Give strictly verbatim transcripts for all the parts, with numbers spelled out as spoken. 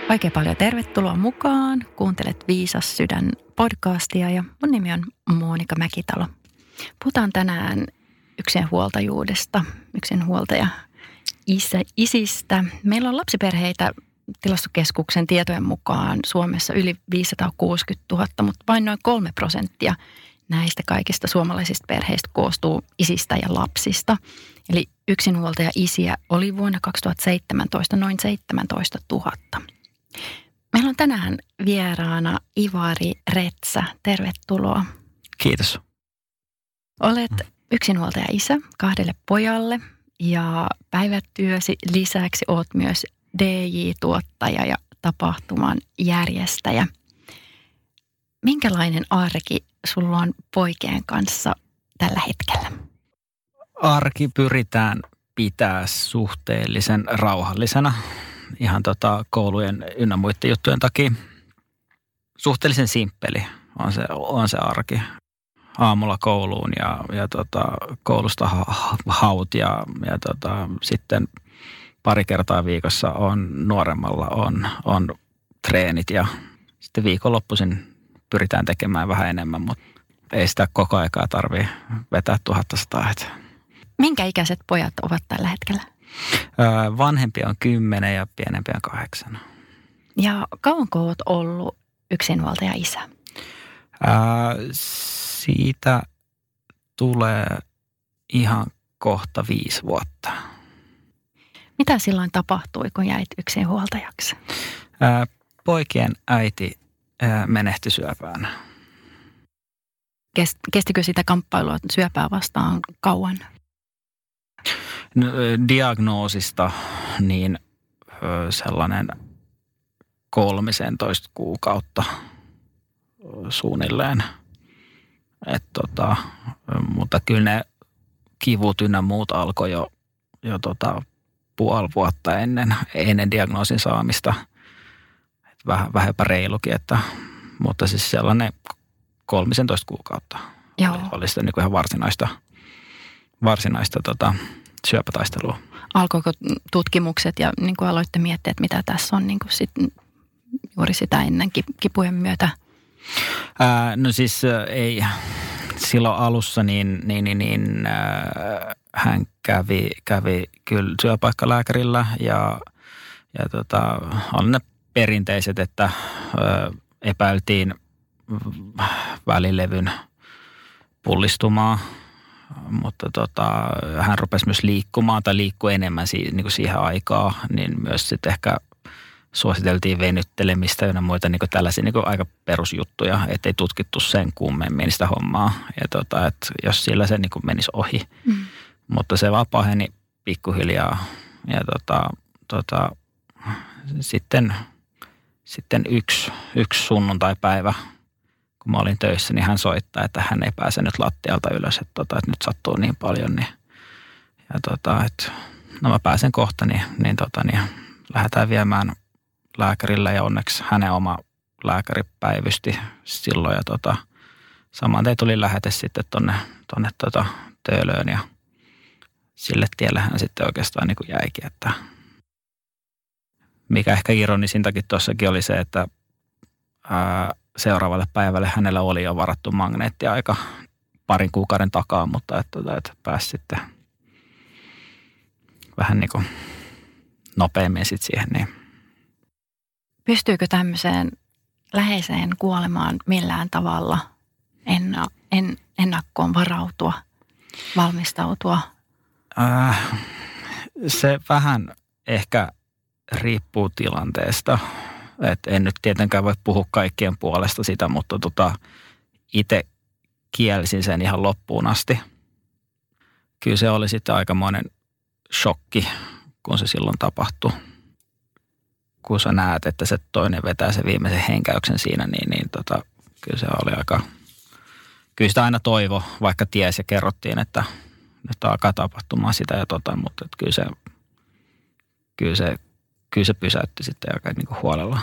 Oikein paljon tervetuloa mukaan. Kuuntelet Viisas sydän podcastia ja mun nimi on Monika Mäkitalo. Puhutaan tänään yksinhuoltajuudesta, yksinhuoltaja isä, isistä. Meillä on lapsiperheitä Tilastokeskuksen tietojen mukaan Suomessa yli viisisataakuusikymmentätuhatta, mutta vain noin kolme prosenttia näistä kaikista suomalaisista perheistä koostuu isistä ja lapsista. Eli yksinhuoltaja isiä oli vuonna kaksituhattaseitsemäntoista noin seitsemäntoistatuhatta. Meillä on tänään vieraana Ivari Retsä. Tervetuloa. Kiitos. Olet yksinhuoltaja isä kahdelle pojalle ja päivätyösi lisäksi olet myös D J-tuottaja ja tapahtuman järjestäjä. Minkälainen arki sulla on poikien kanssa tällä hetkellä? Arki pyritään pitää suhteellisen rauhallisena ihan tota koulujen ynnä muiden juttujen takia. Suhteellisen simppeli on se, on se arki. Aamulla kouluun ja, ja tota, koulusta ha, haut ja, ja tota, sitten pari kertaa viikossa on nuoremmalla on, on treenit ja sitten viikonloppuisin pyritään tekemään vähän enemmän, mutta ei sitä koko aikaa tarvitse vetää tuhattasataa. Minkä ikäiset pojat ovat tällä hetkellä? Öö, vanhempi on kymmenen ja pienempi on kahdeksan. Ja kauanko olet ollut yksinhuoltaja isä? Öö, siitä tulee ihan kohta viisi vuotta. Mitä silloin tapahtui, kun jäit yksinhuoltajaksi? Öö, poikien äiti öö, menehtyi syöpään. Kestikö sitä kamppailua syöpää vastaan kauan? No, diagnoosista niin sellainen kolmisentoista kuukautta suunnilleen. Et tota, mutta kyllä ne kivut ynnä muut alkoi jo, jo tota puoli vuotta ennen, ennen diagnoosin saamista. Et vähän, vähän jopa reilukin, että, mutta siis sellainen kolmisentoista kuukautta Joo. oli, oli sitä niin kuin ihan varsinaista, varsinaista tota, syöpätaistelua. Alkoiko tutkimukset ja niin kuin aloitte miettiä, että mitä tässä on niin kuin sit, juuri sitä ennen kipujen myötä? Ää, no siis ei, silloin alussa niin, niin, niin, niin ää, hän kävi, kävi kyllä syöpäpaikkalääkärillä ja, ja tota, oli ne perinteiset, että ää, epäiltiin välilevyn pullistumaa. Mutta tota, hän rupesi myös liikkumaan tai liikkui enemmän si, niin kuin siihen aikaan, niin myös sitten ehkä suositeltiin venyttelemistä ja muita niin kuin tällaisia niin kuin aika perusjuttuja, ettei tutkittu sen kummemmin sitä hommaa. Ja tota, että jos sillä se niin kuin menisi ohi. Mm. Mutta se vaan paheni pikkuhiljaa. Ja tota, tota, sitten, sitten yksi, yksi sunnuntai-päivä, kun mä olin töissä, niin hän soittaa, että hän ei pääse nyt lattialta ylös, että, tota, että nyt sattuu niin paljon. Niin, ja tota, että no mä pääsen kohta, niin, niin, tota, niin lähdetään viemään lääkärille ja onneksi hänen oma lääkäri päivysti silloin. Ja tota, saman tein tuli lähete sitten tonne, tonne tota, Töölöön ja sille tielle hän sitten oikeastaan niin kuin jäikin. Että mikä ehkä ironisintakin tuossakin oli se, että ää, seuraavalle päivälle hänellä oli jo varattu magneettiaika parin kuukauden takaa, mutta että, että pääsi sitten vähän niin kuin nopeammin sitten siihen. Niin. Pystyykö tämmöiseen läheiseen kuolemaan millään tavalla enna, en, ennakkoon varautua, valmistautua? Äh, se vähän ehkä riippuu tilanteesta. Et en nyt tietenkään voi puhua kaikkien puolesta sitä, mutta tota, itse kielsin sen ihan loppuun asti. Kyllä se oli sitten aikamoinen shokki, kun se silloin tapahtui. Kun sä näet, että se toinen vetää sen viimeisen henkäyksen siinä, niin, niin tota, kyllä se oli aika... Kyllä sitä aina toivo, vaikka tiesi ja kerrottiin, että nyt alkaa tapahtumaan sitä ja tota, mutta että kyllä se, kyllä se Kyllä se pysäytti sitten aika niin kuin huolella.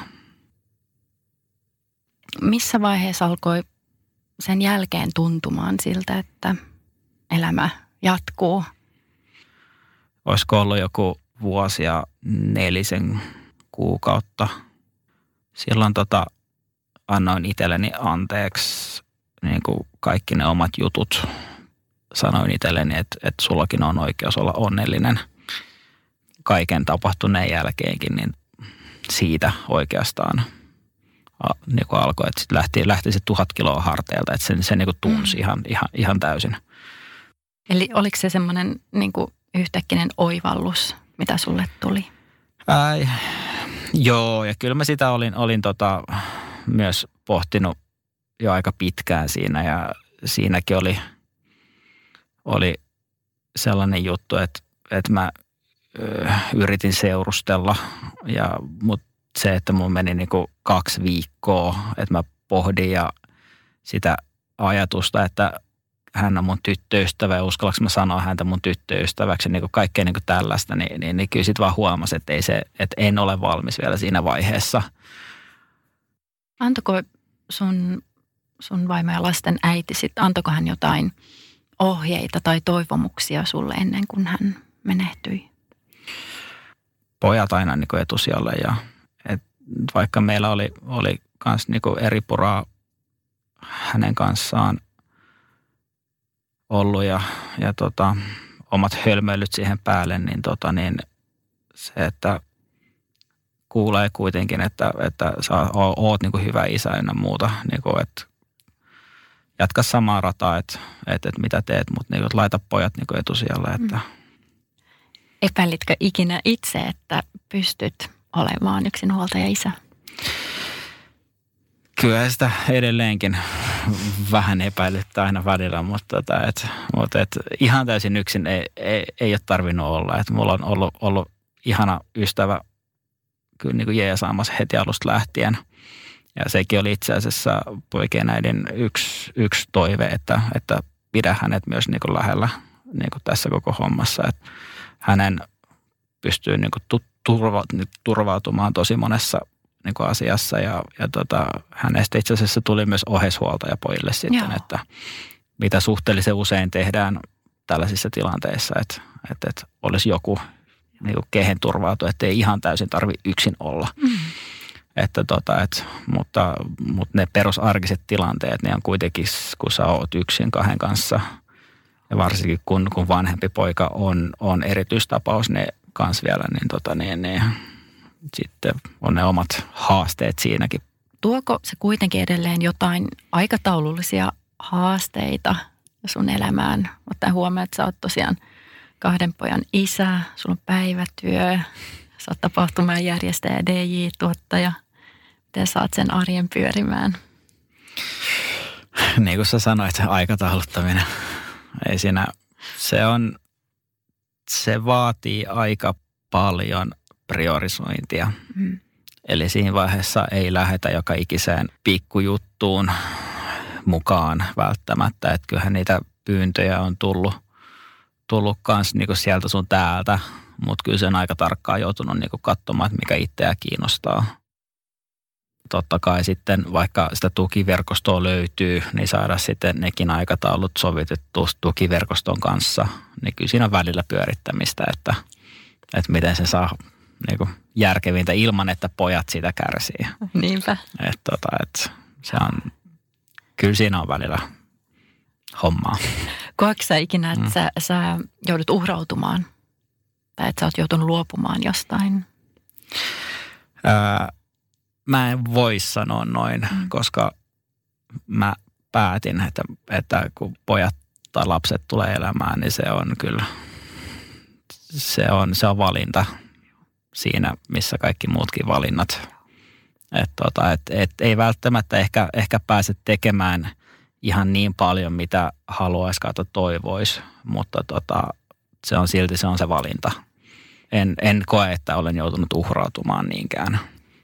Missä vaiheessa alkoi sen jälkeen tuntumaan siltä, että elämä jatkuu? Olisiko ollut joku vuosi ja nelisen kuukautta silloin tota, annoin itselleni anteeksi niin kuin kaikki ne omat jutut. Sanoin itselleni, että, että sullakin on oikeus olla onnellinen kaiken tapahtuneen jälkeenkin, niin siitä oikeastaan niin kuin alkoi, että sitten lähti, lähti se tuhat kiloa harteilta, että se, se niin kuin tunsi mm. ihan, ihan, ihan täysin. Eli oliko se semmoinen niin kuin yhtäkkinen oivallus, mitä sulle tuli? Ai, joo, ja kyllä mä sitä olin, olin tota, myös pohtinut jo aika pitkään siinä, ja siinäkin oli, oli sellainen juttu, että, että mä ö, yritin seurustella, ja, mutta se, että mun meni niinku kaksi viikkoa, että mä pohdin ja sitä ajatusta, että hän on mun tyttöystävä ja uskallanko mä sanoa häntä mun tyttöystäväksi, niin kuin kaikkea niin kuin tällaista, niin, niin, niin kyllä sitten vaan huomasi, että, ei se, että en ole valmis vielä siinä vaiheessa. Antoiko sun, sun vaimo ja lasten äiti sitten, antoiko hän jotain ohjeita tai toivomuksia sulle ennen kuin hän menehtyi? Pojat aina niin kuin etusijalle ja et vaikka meillä oli, oli kans niin kuin eri puraa hänen kanssaan ollut ja, ja tota, omat hölmöilyt siihen päälle, niin, tota, niin se, että kuulee kuitenkin, että, että sä oot niin kuin hyvä isä ja muuta, niin kuin, että jatka samaa rataa, että, että, että mitä teet, mutta niin kuin, laita pojat niin kuin etusijalle. Että. Epäilitkö ikinä itse, että pystyt olemaan yksinhuoltaja isä? Kyllä sitä edelleenkin vähän epäilyttää aina välillä, mutta, tota, et, mutta et ihan täysin yksin ei, ei, ei ole tarvinnut olla. Et mulla on ollut, ollut ihana ystävä kyllä niin kuin jeesaamassa heti alusta lähtien. Ja sekin oli itse asiassa poikien äidin yksi, yksi toive, että, että pidä hänet myös niin kuin lähellä niin kuin tässä koko hommassa. Et hänen pystyy niin kuin turva, turvautumaan tosi monessa niin kuin asiassa ja, ja tota, hänestä itse asiassa tuli myös oheishuoltaja pojille sitten, Joo. että mitä suhteellisen usein tehdään tällaisissa tilanteissa, että, että, että olisi joku niin kuin kehen turvautua, että ei ihan täysin tarvitse yksin olla. Mm. Että tota, et, mutta, mutta ne perusarkiset tilanteet, ne on kuitenkin, kun sä oot yksin kahden kanssa ja varsinkin kun, kun vanhempi poika on, on erityistapaus, ne kans vielä, niin, tota, niin, niin sitten on ne omat haasteet siinäkin. Tuoko se kuitenkin edelleen jotain aikataulullisia haasteita sun elämään? Ottaen huomioon, että sä oot tosiaan kahden pojan isä, sulla on päivätyö, sä oot tapahtumaan järjestäjä, D J-tuottaja. Miten saat sen arjen pyörimään? Niin kuin sä sanoit, aikatauluttaminen. Ei siinä, se on, se vaatii aika paljon priorisointia. Mm. Eli siinä vaiheessa ei lähdetä joka ikiseen pikkujuttuun mukaan välttämättä. Että kyllähän niitä pyyntöjä on tullut, tullut kans niinku sieltä sun täältä, mutta kyllä sen aika tarkkaan joutunut niinku katsomaan, että mikä itseä kiinnostaa. Totta kai sitten vaikka sitä tukiverkostoa löytyy, niin saada sitten nekin aikataulut sovitettu tukiverkoston kanssa. Niin kyllä siinä on välillä pyörittämistä, että, että miten se saa niin kuin järkevintä ilman, että pojat siitä kärsii. Niinpä. Että tota, et se on, kyllä siinä on välillä hommaa. Koetko sä ikinä, että mm. sä, sä joudut uhrautumaan? Tai että sä oot joutunut luopumaan jostain? Öö, mä en voi sanoa noin, mm. koska mä päätin, että, että kun pojat tai lapset tulee elämään, niin se on kyllä, se on, se on valinta siinä, missä kaikki muutkin valinnat. Että tota, et, et ei välttämättä ehkä, ehkä pääse tekemään ihan niin paljon, mitä haluaisi kautta toivoisi, mutta tota, se on silti se on se valinta. En, en koe, että olen joutunut uhrautumaan niinkään.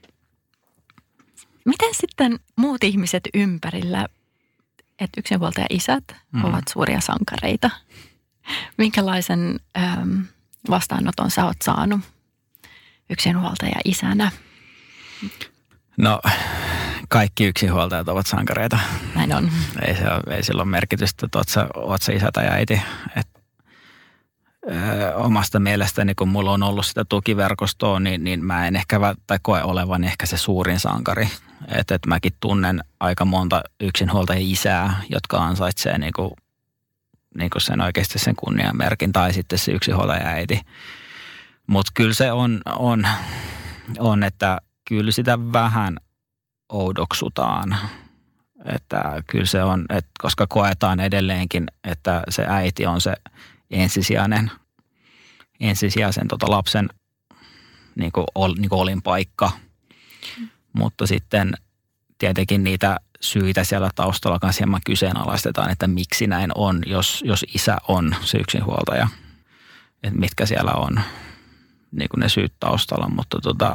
Miten sitten muut ihmiset ympärillä, että yksinhuoltaja isät mm. ovat suuria sankareita? Minkälaisen ähm, vastaanoton sä oot saanut yksinhuoltaja isänä? No, kaikki yksinhuoltajat ovat sankareita. Näin on. Ei, se ole, ei sillä ole merkitystä, että oot sä, oot sä isä tai äiti. Et ö, omasta mielestäni, kun mulla on ollut sitä tukiverkostoa, niin, niin mä en ehkä tai koe olevan ehkä se suurin sankari. Että et mäkin tunnen aika monta yksinhuoltajia isää, jotka ansaitsee niinku, niinku sen oikeasti sen kunnianmerkin tai sitten se yksinhuoltaja äiti. Mutta kyllä se on, on, on, että kyllä sitä vähän oudoksutaan. Että kyllä se on, että koska koetaan edelleenkin, että se äiti on se ensisijainen, ensisijaisen tota lapsen niin kuin, ol, niin kuin olinpaikka. Mm. Mutta sitten tietenkin niitä syitä siellä taustalla kanssa hieman kyseenalaistetaan, että miksi näin on, jos, jos isä on se yksinhuoltaja. Että mitkä siellä on niin kuin ne syyt taustalla, mutta tota,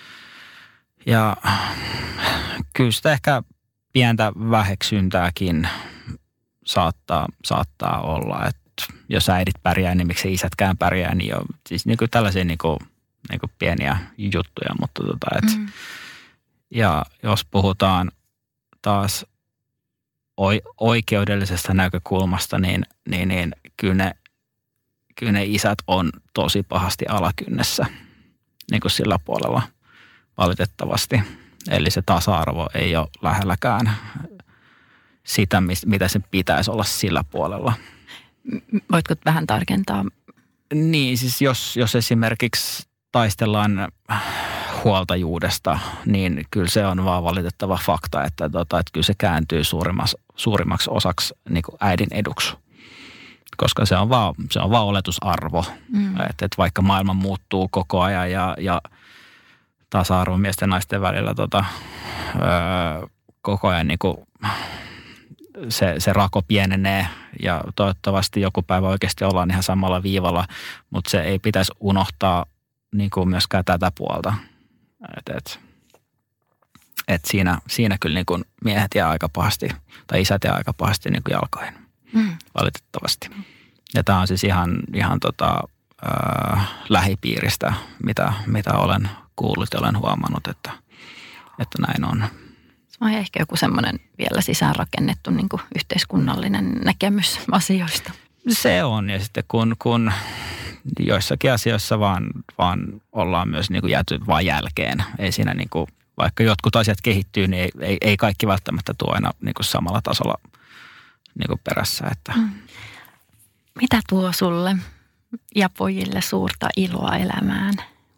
ja kyllä sitä ehkä pientä väheksyntääkin saattaa, saattaa olla, että jos äidit pärjää, niin miksi isätkään pärjää, niin on siis niin kuin tällaisia niin kuin, niin kuin pieniä juttuja, mutta tota, et, mm. ja jos puhutaan taas oikeudellisesta näkökulmasta, niin, niin, niin kyllä, ne, kyllä ne isät on tosi pahasti alakynnessä niin kuin sillä puolella valitettavasti. Eli se tasa-arvo ei ole lähelläkään sitä, mitä sen pitäisi olla sillä puolella. Voitko vähän tarkentaa? Niin, siis jos, jos esimerkiksi taistellaan huoltajuudesta, niin kyllä se on vaan valitettava fakta, että, tota, että kyllä se kääntyy suurimmaksi, suurimmaksi osaksi niin kuin äidin eduksi. Koska se on vaan, se on vaan oletusarvo, mm. että, että vaikka maailma muuttuu koko ajan ja, ja tasa-arvo miesten ja naisten välillä tota, öö, koko ajan niin kuin se, se rako pienenee ja toivottavasti joku päivä oikeasti ollaan ihan samalla viivalla, mutta se ei pitäisi unohtaa niin kuin myöskään tätä puolta. Et, et, et siinä, siinä kyllä niin kuin miehet jää aika pahasti tai isät jää aika pahasti niin kuin jalkoihin, mm. valitettavasti. Ja tämä on siis ihan, ihan tota, öö, lähipiiristä, mitä, mitä olen kuullut ja olen huomannut, että, että näin on. Se on ehkä joku semmoinen vielä sisäänrakennettu niin kuin yhteiskunnallinen näkemys asioista. Se on, ja sitten kun, kun joissakin asioissa vaan, vaan ollaan myös niin kuin jääty vaan jälkeen. Ei siinä niin kuin, vaikka jotkut asiat kehittyy, niin ei, ei, ei kaikki välttämättä tuo aina niin kuin samalla tasolla niin kuin perässä. Että. Mm. Mitä tuo sulle ja pojille suurta iloa elämään?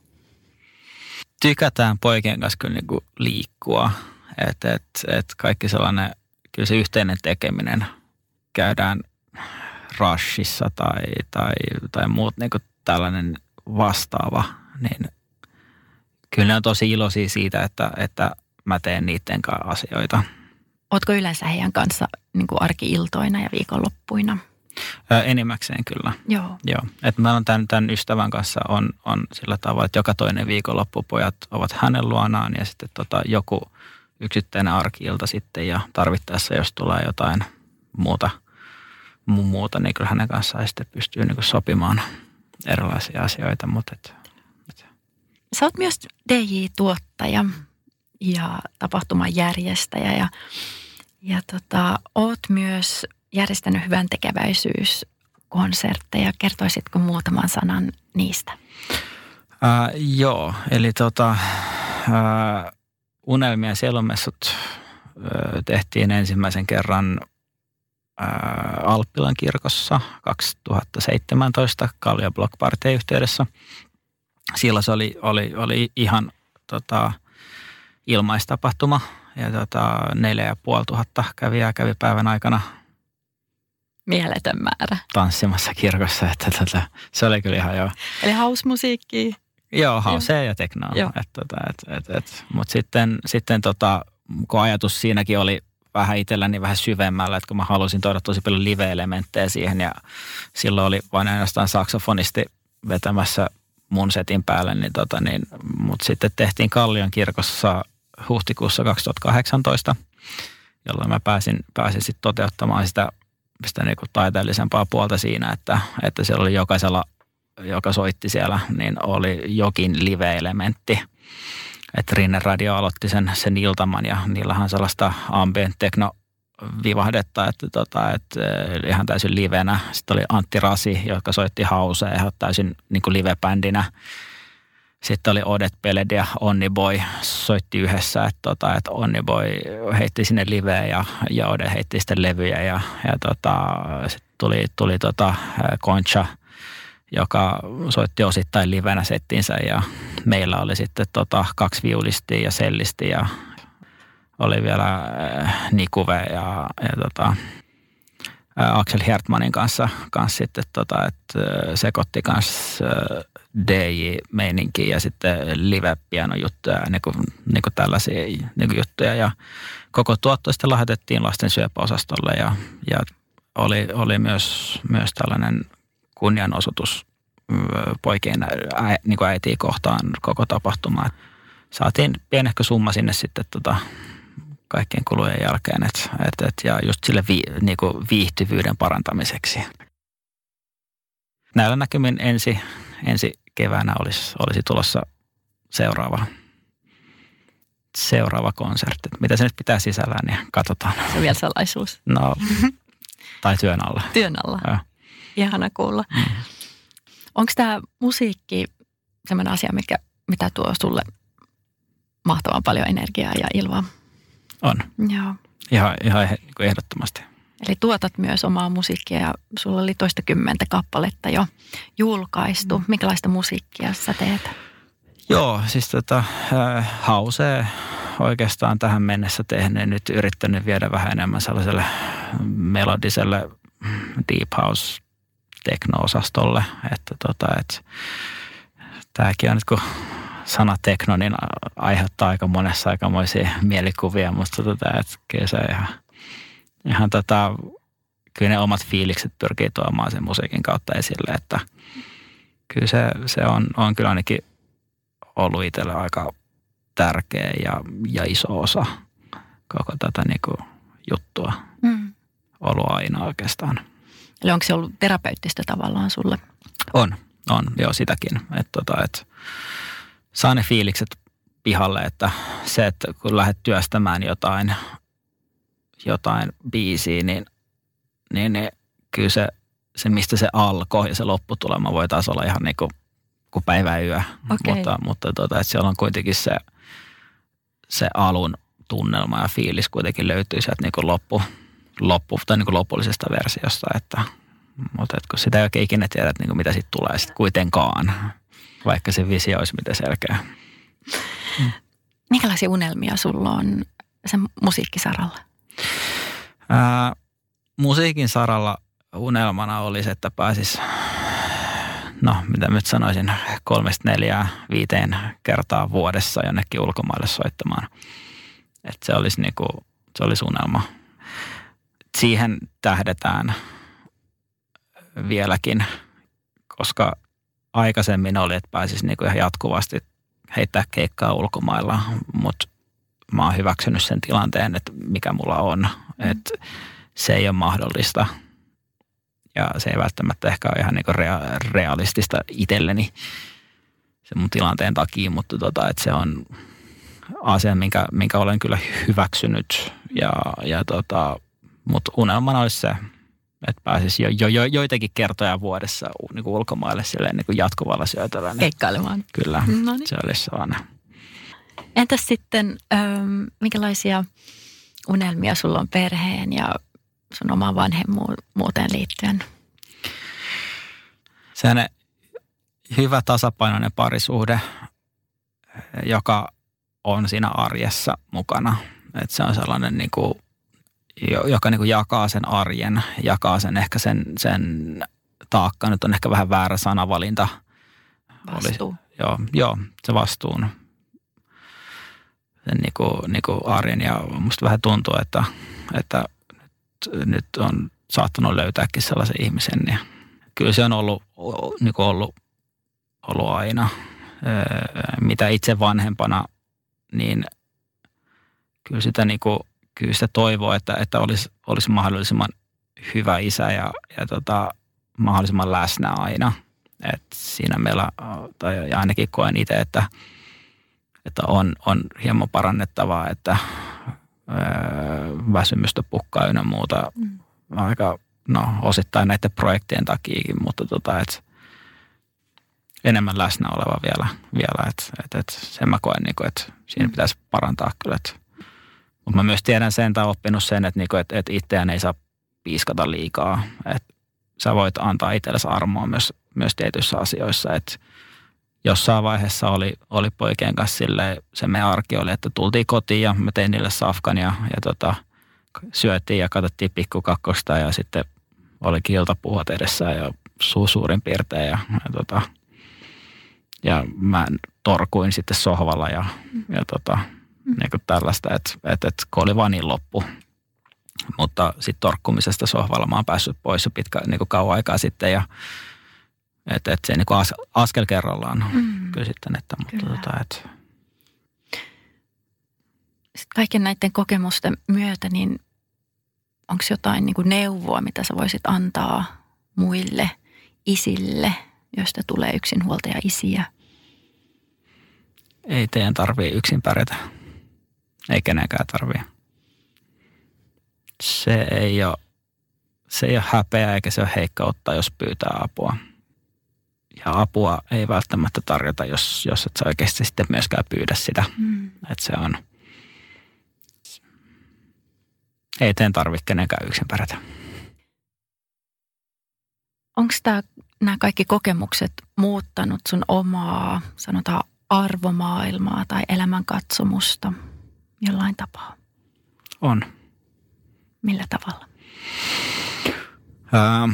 Tykätään poikien kanssa kyllä niin kuin liikkua. Että et, et kaikki sellainen, kyllä se yhteinen tekeminen käydään rushissa tai, tai, tai muut niin kuin tällainen vastaava, niin kyllä ne on tosi iloisia siitä, että, että mä teen niiden kanssa asioita. Ootko yleensä heidän kanssa niin kuin arki-iltoina ja viikonloppuina? Ää, enimmäkseen kyllä. Joo. Joo. Että mä olen tämän, tämän ystävän kanssa on, on sillä tavalla, että joka toinen viikonloppu pojat ovat hänen luonaan ja sitten tota, joku yksittäinen arki-ilta sitten ja tarvittaessa, jos tulee jotain muuta, muuta niin kyllä hänen kanssaan sitten pystyy niin kuin sopimaan erilaisia asioita. Mutta et, et. Sä oot myös D J-tuottaja ja tapahtuman järjestäjä ja, ja tota, oot myös järjestänyt hyvän tekeväisyyskonsertteja. Kertoisitko muutaman sanan niistä? Äh, joo, eli tota, äh, Unelmien sielunmessut äh, tehtiin ensimmäisen kerran äh, Alppilan kirkossa kaksituhattaseitsemäntoista Kallio Block Partyn yhteydessä. Silloin se oli, oli, oli ihan tota, ilmaistapahtuma ja tota, neljä ja puoli tuhatta kävijää kävi päivän aikana. Mieletön määrä. Tanssimassa kirkossa, että tota, se oli kyllä ihan joo. Eli house-musiikkia. Joo, housea ja teknoa. Tota, mutta sitten, sitten tota, kun ajatus siinäkin oli vähän itselläni vähän syvemmällä, että kun mä halusin tuoda tosi paljon live-elementtejä siihen ja silloin oli vain ainoastaan saksofonisti vetämässä mun setin päälle, niin, tota, niin, mutta sitten tehtiin Kallion kirkossa huhtikuussa kaksituhattakahdeksantoista, jolloin mä pääsin, pääsin sitten toteuttamaan sitä, sitä niinku taiteellisempaa puolta siinä, että, että siellä oli jokaisella, joka soitti siellä, niin oli jokin live-elementti. Että Rinne Radio aloitti sen, sen iltaman ja niillähän sellaista ambient techno vivahdetta, että, tota, että ihan täysin livenä. Sitten oli Antti Rasi, joka soitti hausea ihan täysin niin kuin live-bändinä. Sitten oli Odet Peled ja Onni Boy soitti yhdessä, että, tota, että Onni Boy heitti sinne liveen ja, ja Ode heitti sitten levyjä. Ja, ja tota, sitten tuli, tuli tota Concha, joka soitti osittain livenä settinsä ja meillä oli sitten tota kaksi viulistia ja sellistiä ja oli vielä äh, Nikuve ja, ja tota, äh, Axel Hertmanin kanssa, kanssa sitten tota, että äh, sekoitti kanssa äh, D J-meininkiä ja sitten live-pianojuttuja, niin kuin, niin kuin tällaisia niin kuin juttuja. Ja koko tuotto sitten lähetettiin lasten syöpäosastolle ja, ja oli, oli myös, myös tällainen kunnianosoitus poikien ä, niin kuin äitiä kohtaan koko tapahtuma. Saatiin pienehkö summa sinne sitten tota, kaikkien kulujen jälkeen et, et, et, ja just sille vi, niin kuin viihtyvyyden parantamiseksi. Näillä näkymin ensi, ensi keväänä olisi, olisi tulossa seuraava, seuraava konsertti. Mitä se nyt pitää sisällään, niin katsotaan. Se on vielä salaisuus. No, tai työn alla. Työn alla. Ja. Ihana kuulla. Mm. Onko tämä musiikki sellainen asia, mikä, mitä tuo sulle mahtavan paljon energiaa ja iloa? On. Joo. Ihan, ihan ehdottomasti. Eli tuotat myös omaa musiikkia ja sulla oli toistakymmentä kappaletta jo julkaistu. Minkälaista musiikkia sä teet? Joo, siis tota, äh, hausee oikeastaan tähän mennessä tehnyt. Nyt yrittänyt viedä vähän enemmän sellaiselle melodiselle deep house tekno-osastolle. Että tota, et, tääkin on nyt kun sana tekno, niin aiheuttaa aika monessa aikamoisia mielikuvia, mutta tota, et, kyllä se ihan, ihan tota, kyllä ne omat fiilikset pyrkii tuomaan sen musiikin kautta esille, että kyllä se, se on, on kyllä ainakin ollut itselle aika tärkeä ja, ja iso osa koko tätä niinku juttua. Mm. Ollut aina oikeastaan. Eli onko se ollut terapeuttista tavallaan sulle? On, on, joo sitäkin. Että tota, et saa ne fiilikset pihalle, että se, että kun lähdet työstämään jotain, jotain biisiä, niin, niin, niin kyllä se, se, mistä se alkoi ja se lopputulema voi taas olla ihan niin kuin, kuin päivä ja yö. Okay. Mutta, mutta tota, että siellä on kuitenkin se, se alun tunnelma ja fiilis kuitenkin löytyy sieltä niin kuin loppu, loppu, tai niin kuin lopullisesta versiosta, että, mutta että kun sitä ei oikein ikinä tiedä, että niin kuin mitä siitä tulee sitten kuitenkaan, vaikka se visio olisi miten selkeä. Hmm. Minkälaisia unelmia sulla on sen musiikkisaralla? Ää, musiikin saralla unelmana olisi, että pääsis, no mitä nyt sanoisin, kolmesta neljää viiteen kertaa vuodessa jonnekin ulkomaille soittamaan. Että se olisi niinku, se olisi unelma. Siihen tähdetään vieläkin, koska aikaisemmin oli, että pääsisi niinku ihan jatkuvasti heittää keikkaa ulkomailla, mutta mä oon hyväksynyt sen tilanteen, että mikä mulla on. Mm. Että se ei ole mahdollista ja se ei välttämättä ehkä ole ihan niinku rea- realistista itselleni sen mun tilanteen takia, mutta tota, että se on asia, minkä, minkä olen kyllä hyväksynyt ja, ja tota, mutta unelmana olisi se, että pääsisi jo, jo, jo, joitakin kertoja vuodessa niin kuin ulkomaille silleen, niin kuin jatkuvalla syötöllä. Keikkailemaan. Kyllä, Noniin. Se olisi sellainen. Entäs sitten, ähm, minkälaisia unelmia sulla on perheen ja sun omaan vanhemmuuteen liittyen? Sellainen hyvä tasapainoinen parisuhde, joka on siinä arjessa mukana. Että se on sellainen niin kuin joka niin kuin jakaa sen arjen, jakaa sen ehkä sen, sen taakka. Nyt on ehkä vähän väärä sanavalinta. Vastuu. Oli, joo, joo, se vastuun. Sen niin kuin, niin kuin arjen ja musta vähän tuntuu, että, että nyt, nyt on saattanut löytääkin sellaisen ihmisen. Niin kyllä se on ollut, niin kuin ollut, ollut aina. Mitä itse vanhempana, niin kyllä sitä niin kuin Kyllä sitä toivoo, että, että olisi, olisi mahdollisimman hyvä isä ja, ja tota, mahdollisimman läsnä aina. Et siinä meillä, tai ainakin koen itse, että, että on, on hieman parannettavaa, että väsymystä pukkaa ynnä muuta. Mm. Aika, no osittain näiden projektien takiakin, mutta tota, et enemmän läsnä oleva vielä, vielä että et, et sen mä koen, niinku, että siinä pitäisi parantaa kyllä. Mutta mä myös tiedän sen tai oppinut sen, että niinku, et, et itseään ei saa piiskata liikaa. Että sä voit antaa itsellesi armoa myös, myös tietyissä asioissa. Että jossain vaiheessa oli, oli poikien kanssa silleen, se meidän arki oli, että tultiin kotiin ja mä tein niille safkan ja, ja tota, syötiin ja katsottiin pikkukakkosta ja sitten olikin iltapuhot edessä ja suu suurin piirtein ja, ja, tota, ja mä torkuin sitten sohvalla ja, ja tota, niin kuin tällaista, että et, et, kun oli vaan niin loppu. Mutta sitten torkkumisesta sohvalla mä oon päässyt pois jo pitkä, niin kuin kauan aikaa sitten ja että et se niin kuin as, askel kerrallaan mm. kyllä sitten, että mutta kyllä. Tota, et. Sitten kaiken näiden kokemusten myötä, niin onko jotain niin kuin neuvoa, mitä sä voisit antaa muille isille, joista tulee yksinhuoltaja isiä? Ei teidän tarvii yksin pärjätä. Ei kenenkään tarvii. Se ei ole, se ei ole häpeä eikä se ole heikkoutta, jos pyytää apua. Ja apua ei välttämättä tarjota, jos, jos et sä oikeasti sitten myöskään pyydä sitä. Mm. Että se on, ei teidän tarvitse kenenkään yksin pärjätä. Onko nämä kaikki kokemukset muuttanut sun omaa, sanotaan, arvomaailmaa tai elämänkatsomusta jollain tapaa? On. Millä tavalla? Ähm,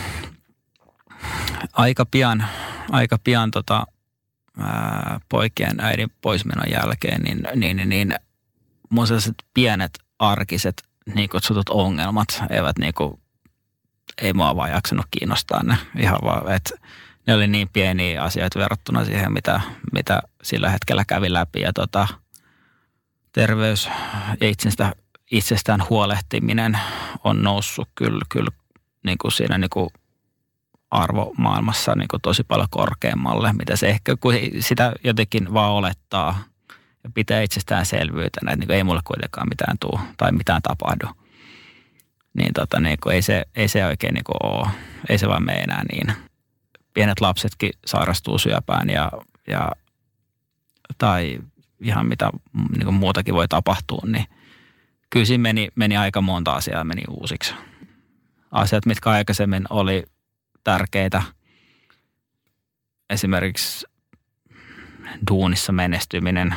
aika pian, aika pian tota, ää, poikien äidin poismenon jälkeen, niin, niin, niin, niin mun sellaiset pienet arkiset niin kutsutut ongelmat eivät niinku, ei mua vaan jaksanut kiinnostaa ne. Ihan vaan, että ne oli niin pieniä asioita verrattuna siihen, mitä, mitä sillä hetkellä kävi läpi. Ja tota, terveys ja itsestä, itsestään huolehtiminen on noussut kyllä, kyllä niin kuin siinä niin kuin arvomaailmassa niin kuin tosi paljon korkeammalle, mitä se ehkä, kun sitä jotenkin vaan olettaa ja pitää itsestään selvyytenä, että niin kuin ei mulle kuitenkaan mitään tule tai mitään tapahdu. Niin, tota, niin kuin ei, se, ei se oikein niin kuin ole, ei se vaan mene enää niin. Pienet lapsetkin sairastuu syöpään ja, ja tai ihan mitä niin kuin muutakin voi tapahtua, niin kyllä siinä meni, meni aika monta asiaa meni uusiksi. Asiat, mitkä aikaisemmin oli tärkeitä, esimerkiksi duunissa menestyminen,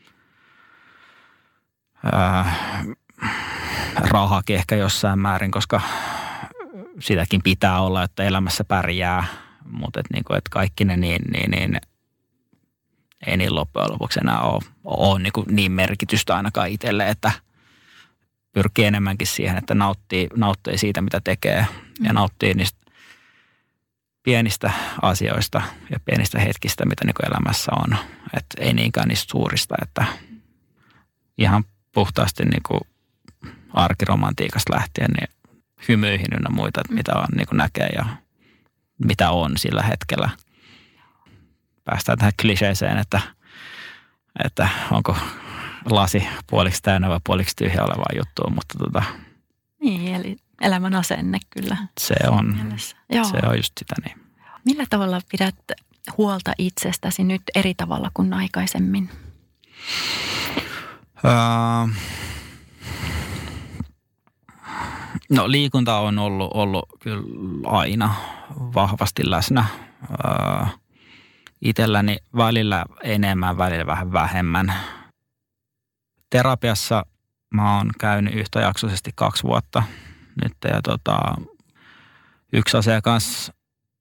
ää, rahakin ehkä jossain määrin, koska sitäkin pitää olla, että elämässä pärjää, mutta et niinku, et kaikki ne niin, niin, niin ei niin loppujen lopuksi enää ole, ole niin, niin merkitystä ainakaan itselle, että pyrkii enemmänkin siihen, että nauttii, nauttii siitä, mitä tekee ja nauttii niistä pienistä asioista ja pienistä hetkistä, mitä niin kuin elämässä on. Että ei niinkään niistä suurista, että ihan puhtaasti niin kuin arkiromantiikasta lähtien niin hymyihin ynnä muita, että mitä on, niin kuin näkee ja mitä on sillä hetkellä. Päästään tähän kliseeseen, että, että onko lasi puoliksi täynnä vai puoliksi tyhjä olevaa juttua, mutta tota. Niin, eli elämän asenne kyllä. Se on, se on just sitä niin. Millä tavalla pidät huolta itsestäsi nyt eri tavalla kuin aikaisemmin? Öö, no liikunta on ollut, ollut kyllä aina vahvasti läsnä. Öö, itselläni välillä enemmän, välillä vähän vähemmän. Terapiassa mä oon käynyt yhtäjaksoisesti kaksi vuotta nyt ja tota, yksi asiakas,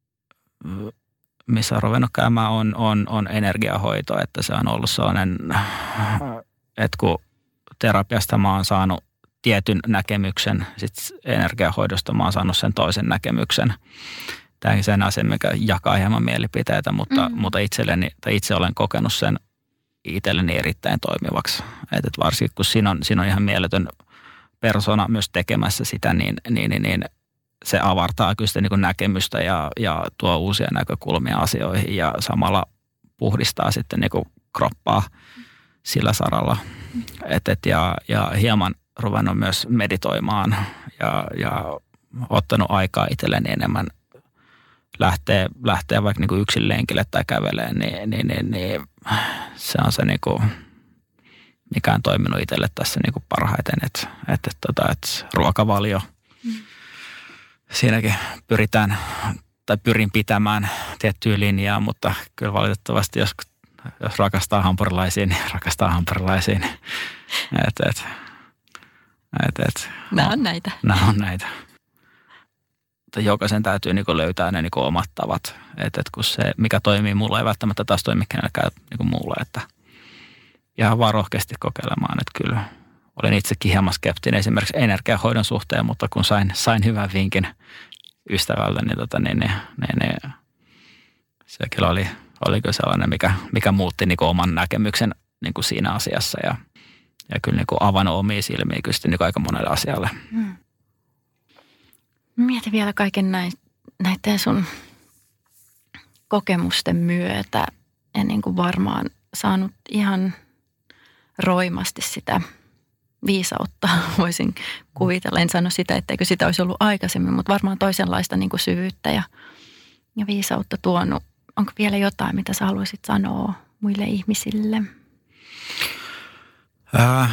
missä on ruvennut käymään, on, on, on energiahoito, että se on ollut sellainen, että kun terapiasta mä oon saanut tietyn näkemyksen, sitten energiahoidosta mä oon saanut sen toisen näkemyksen. Tämäkin sen asia, mikä jakaa hieman mielipiteitä, mutta, mm. mutta itselleni, tai itse olen kokenut sen itselleni erittäin toimivaksi. Että varsinkin kun siinä on, siinä on ihan mieletön persona myös tekemässä sitä, niin, niin, niin, niin se avartaa kyllä sitä niin kuin näkemystä ja, ja tuo uusia näkökulmia asioihin ja samalla puhdistaa sitten niin kuin kroppaa sillä saralla. Et, et, ja, ja hieman ruvennut myös meditoimaan ja, ja ottanut aikaa itselleni enemmän lähteä, lähteä vaikka niin kuin yksin lenkille tai käveleen, niin, niin, niin, niin se on se, niin kuin, mikä on toiminut itselle tässä niin kuin parhaiten, että et, et, tota, et ruokavalio, mm. siinäkin pyritään tai pyrin pitämään tiettyä linjaa, mutta kyllä valitettavasti jos, jos rakastaa hampurilaisiin, niin rakastaa hampurilaisiin. Et, et, et, et, nämä on näitä. Nämä on näitä. Jokaisen täytyy niinku löytää ne niinku omat tavat. Että et kun se, mikä toimii mulle, ei välttämättä taas toimi kenellekään niinku muulle. Että ihan vaan rohkeasti kokeilemaan. Että kyllä olen itsekin hieman skeptinen esimerkiksi energiahoidon suhteen, mutta kun sain, sain hyvän vinkin ystävältä, niin, tota, niin, niin, niin, niin se kyllä oli, oli kyllä sellainen, mikä, mikä muutti niinku oman näkemyksen niinku siinä asiassa. Ja, ja kyllä niinku avannut omia silmiä kyllä niinku aika monelle asialle. Hmm. Mieti vielä kaiken näiden sun kokemusten myötä ja niin kuin varmaan saanut ihan roimasti sitä viisautta, voisin kuvitella. En sano sitä, etteikö sitä olisi ollut aikaisemmin, mutta varmaan toisenlaista niin kuin syvyyttä ja, ja viisautta tuonut. Onko vielä jotain, mitä sä haluaisit sanoa muille ihmisille? Äh,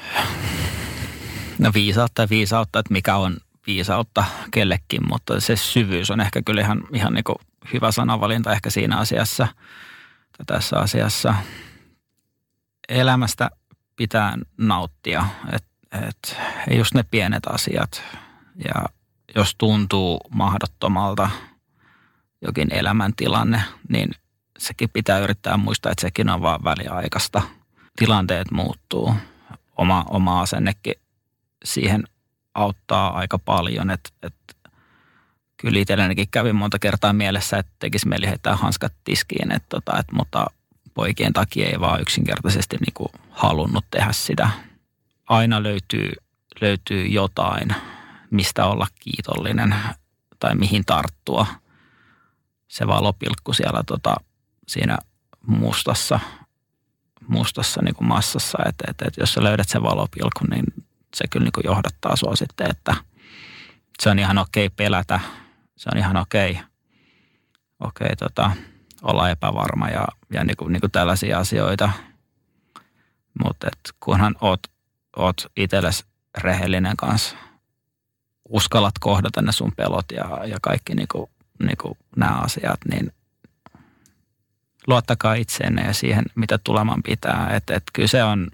no viisautta ja viisautta, että mikä on viisautta kellekin, mutta se syvyys on ehkä kyllä ihan, ihan niin kuin hyvä sanavalinta ehkä siinä asiassa, tai tässä asiassa. Elämästä pitää nauttia, että et, just ne pienet asiat, ja jos tuntuu mahdottomalta jokin elämäntilanne, niin sekin pitää yrittää muistaa, että sekin on vaan väliaikaista. Tilanteet muuttuu, oma, oma asennekin siihen auttaa aika paljon, että, että kyllä itsellenikin kävi monta kertaa mielessä, että tekisi mieli heittää hanskat tiskiin, että, että, että, mutta poikien takia ei vaan yksinkertaisesti niin kuin halunnut tehdä sitä. Aina löytyy, löytyy jotain, mistä olla kiitollinen tai mihin tarttua. Se valopilkku siellä tota, siinä mustassa, mustassa niin kuin massassa, että, että, että jos sä löydät sen valopilkun, niin se kyllä niin kuin johdattaa sua sitten, että se on ihan okei pelätä, se on ihan okei, okei tota, olla epävarma ja, ja niin kuin, niin kuin tällaisia asioita. Mutta kunhan oot, oot itsellesi rehellinen kanssa, uskallat kohdata ne sun pelot ja, ja kaikki niin kuin, niin kuin nämä asiat, niin luottakaa itseenne ja siihen, mitä tuleman pitää. Että et kyllä se on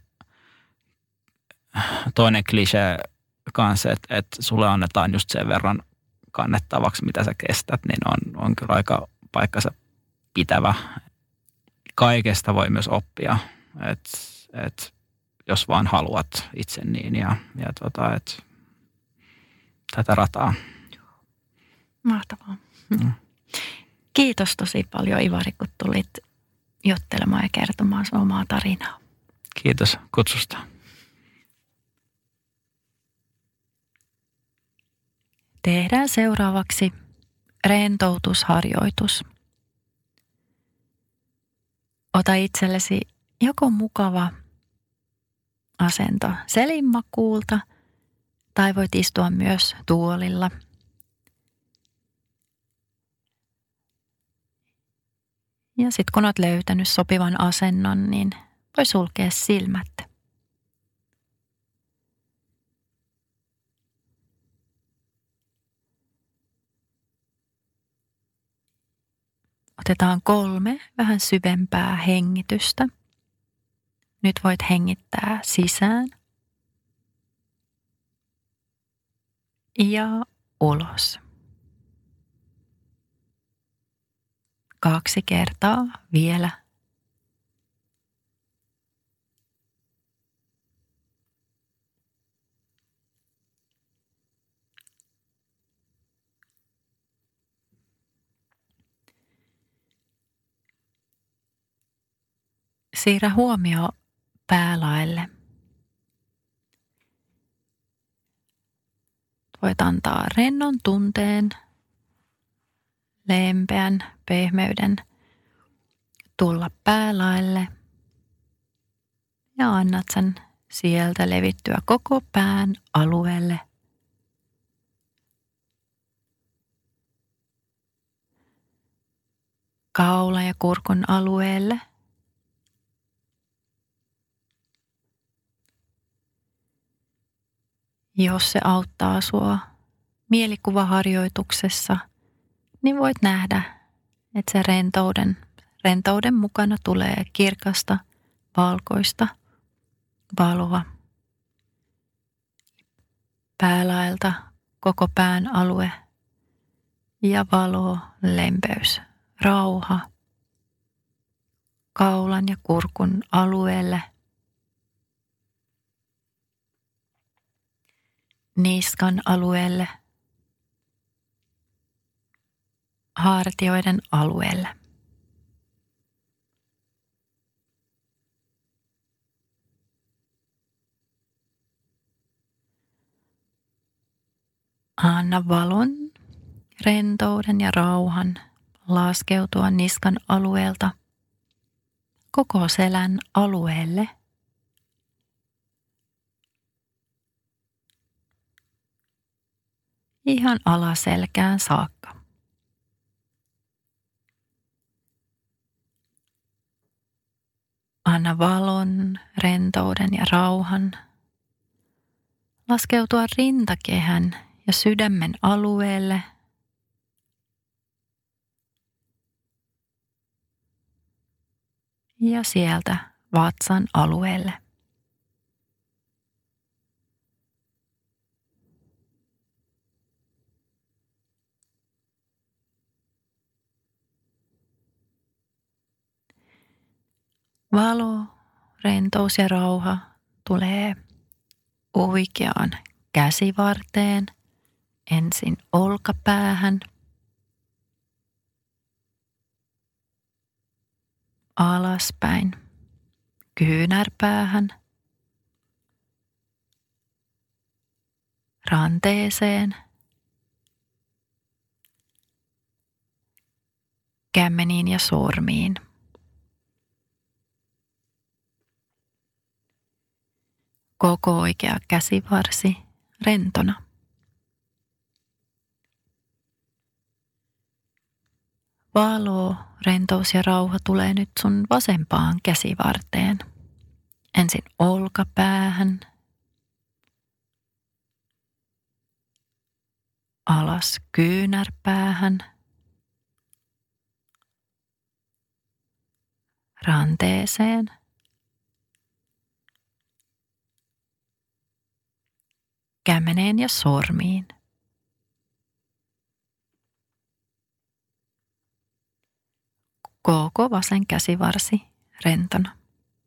toinen klisee kanssa, että, että sulle annetaan just sen verran kannettavaksi, mitä sä kestät, niin on, on kyllä aika paikkansa pitävä. Kaikesta voi myös oppia, että, että jos vaan haluat itse niin ja, ja tota, että tätä rataa. Mahtavaa. Mm. Kiitos tosi paljon, Ivari, kun tulit juttelemaan ja kertomaan sun omaa tarinaa. Kiitos kutsusta. Tehdään seuraavaksi rentoutusharjoitus. Ota itsellesi joko mukava asento selinmakuulta tai voit istua myös tuolilla. Ja sitten kun olet löytänyt sopivan asennon, niin voi sulkea silmät. Otetaan kolme vähän syvempää hengitystä. Nyt voit hengittää sisään ja ulos. Kaksi kertaa vielä. Siirrä huomio päälaelle. Voit antaa rennon tunteen, lempeän pehmeyden tulla päälaelle ja annat sen sieltä levittyä koko pään alueelle. Kaula ja kurkun alueelle. Jos se auttaa sua mielikuvaharjoituksessa, niin voit nähdä, että se rentouden, rentouden mukana tulee kirkasta, valkoista valoa. Päälaelta koko pään alue ja valo, lempeys, rauha. Kaulan ja kurkun alueelle. Niskan alueelle. Hartioiden alueelle. Anna valon, rentouden ja rauhan laskeutua niskan alueelta koko selän alueelle. Ihan alaselkään saakka. Anna valon, rentouden ja rauhan laskeutua rintakehän ja sydämen alueelle. Ja sieltä vatsan alueelle. Valo, rentous ja rauha tulee oikeaan käsivarteen, ensin olkapäähän, alaspäin kyynärpäähän, ranteeseen, kämmeniin ja sormiin. Koko oikea käsivarsi rentona. Valo, rentous ja rauha tulee nyt sun vasempaan käsivarteen. Ensin olkapäähän, alas kyynärpäähän, ranteeseen, kämmeneen ja sormiin. Koko vasen käsivarsi rentona.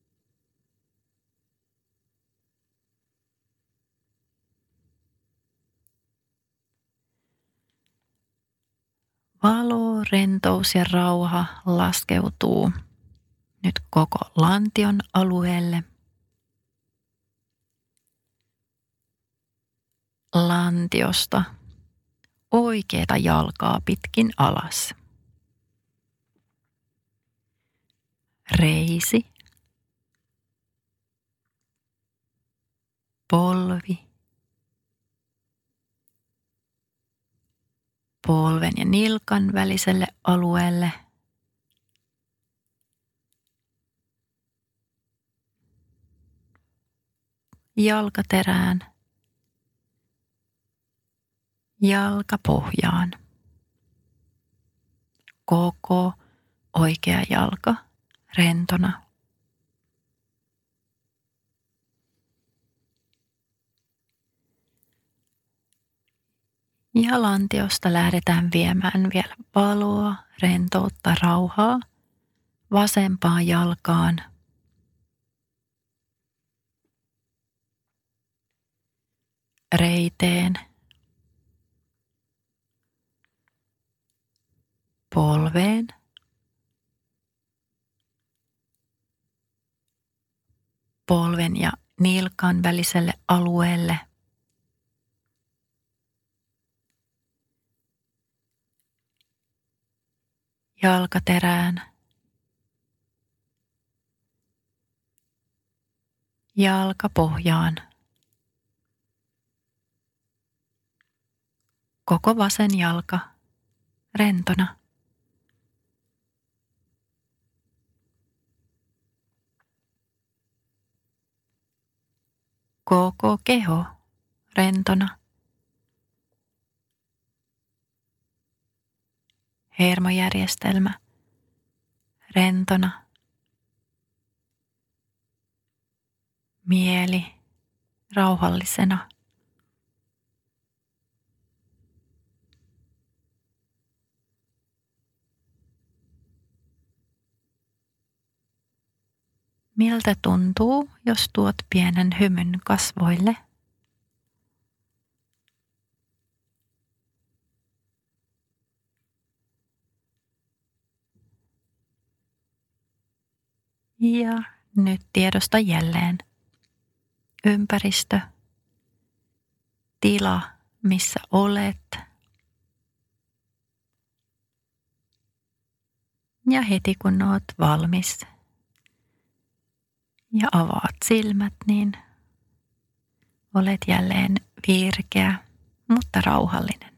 Valo, rentous ja rauha laskeutuu nyt koko lantion alueelle. Lantiosta oikeata jalkaa pitkin alas. Reisi, polvi, polven ja nilkan väliselle alueelle. Jalkaterään, jalkapohjaan. Koko oikea jalka rentona. Ja lantiosta lähdetään viemään vielä valoa, rentoutta, rauhaa vasempaan jalkaan. Reiteen, polveen, polven ja nilkan väliselle alueelle. Jalkaterään jalka pohjaan. Koko vasen jalka rentona. Koko keho rentona. Hermojärjestelmä rentona. Mieli rauhallisena. Miltä tuntuu, jos tuot pienen hymyn kasvoille? Ja nyt tiedosta jälleen ympäristö, tila, missä olet. Ja heti kun oot valmis ja avaat silmät, niin olet jälleen virkeä, mutta rauhallinen.